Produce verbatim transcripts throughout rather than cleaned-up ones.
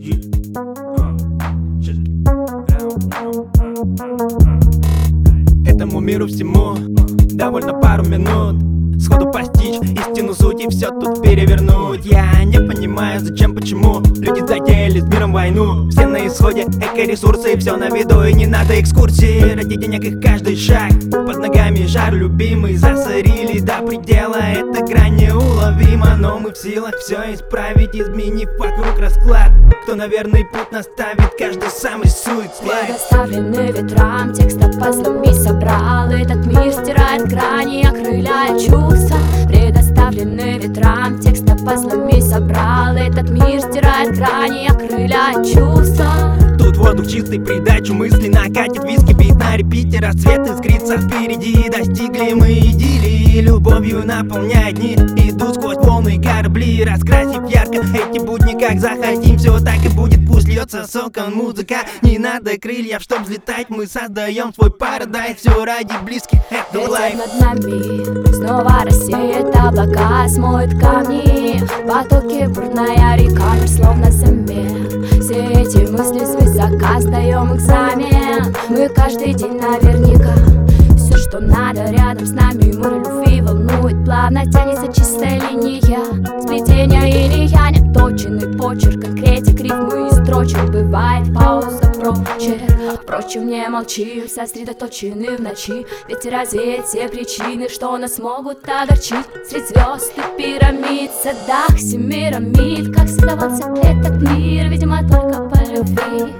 Этому миру всему довольно пару минут сходу постичь истину суть и все тут перевернуть. Я не понимаю, зачем, почему люди затеяли с миром войну. Все на исходе, эко-ресурсы, все на виду и не надо экскурсии. Ради денег их каждый шаг, под ногами жар любимый. Засорили до предела, эта грань неуловима. Но мы в силах все исправить, изменив вокруг расклад. Кто на верный путь наставит, каждый сам рисует слайд. Предоставленный ветрам, текста пазлами собрал. Этот мир стирает грани, окрыляя чувства. Предоставленный ветрам, текста пазлами собрал. Этот мир стирает грани, окрыляя чувства. Тут воздух чистый, придачу мысли накатит виски, бит на репите, рассвет искрится впереди. Достигли мы идиллии, любовью наполняя дни. Иду сквозь волны корабли, раскрасив ярко эти будни, как захотим. Все так и будет, пусть льется соком музыка. Не надо крыльев, чтоб взлетать, мы создаем свой парадайз. Все ради близких, это лайф. Ветер над нами снова рассеет облака, смоет камни, потоки, бурная река, мир словно замер. Все эти мысли свысока, сдаем экзамен. Мы каждый день наверняка. Все, что надо рядом с нами, море любви волнует. Плавно тянется чистая линия, сплетение иния, неточенный почерк, конкретик, рифмы и строчек. Бывает пауза, прочерк. Впрочем, не молчим, сосредоточены в ночи. Ведь развеять все причины, что нас могут огорчить. Средь звезд и пирамид, в садах семирамид. Как создавался этот мир, видимо, только по любви.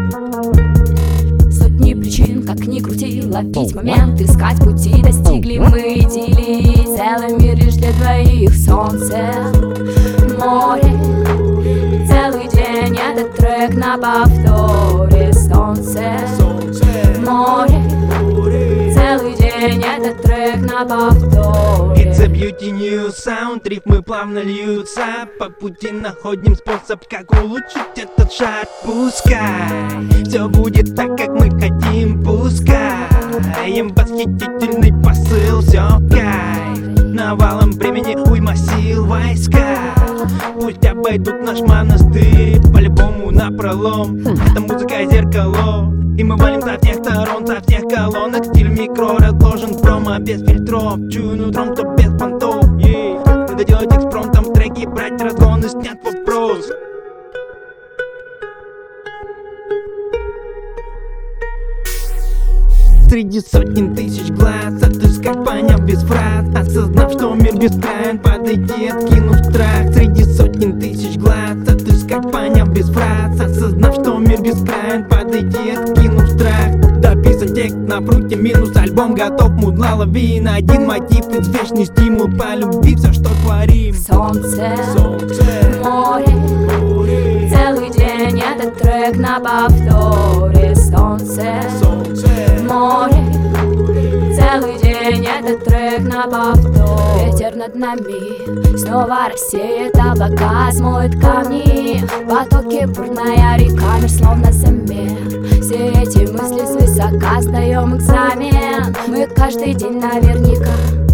Сотни причин, как ни крути, ловить момент, искать пути. Достигли мы идиллии, целый мир лишь для двоих. Солнце, море, целый день этот трек на повторе. Солнце, море, целый день этот трек на повторе. It's a beauty new sound, рифмы плавно льются. По пути находим способ, как улучшить этот шаг. Пускай все будет так, как мы хотим. Пускай им восхитительный посыл, все кайф. Навалом времени уйма сил, войска. Пусть обойдут наш монастырь, по-любому напролом. Это музыка зеркало, и мы валим со всех сторон, со всех колонок. Стиль микро разложен промо без фильтров. Чую нутром, кто без понтов, yeah. Надо делать экспромтом треки, брать разгоны, снят вопрос. Среди сотен тысяч глаз отыскать, поняв без фраз, осознав, что мир бескраен, подойти, откинув страх. Среди сотен тысяч глаз отыскать, поняв без фраз, осознав, что мир бескраен, подойти, откинув страх. Дописан текст на фруте, минус альбом готов, мудла лови на один мотив. Ведь вечный стимул по любви, все, что творим. Солнце, Солнце, море, море, целый день этот трек на повторе. Солнце, солнце, море, целый день этот трек на повторе. Ветер над нами снова рассеет облака, смоет камни, потоки, бурная река, мир словно замер. Все эти мысли свысока, сдаем экзамен. Мы каждый день наверняка.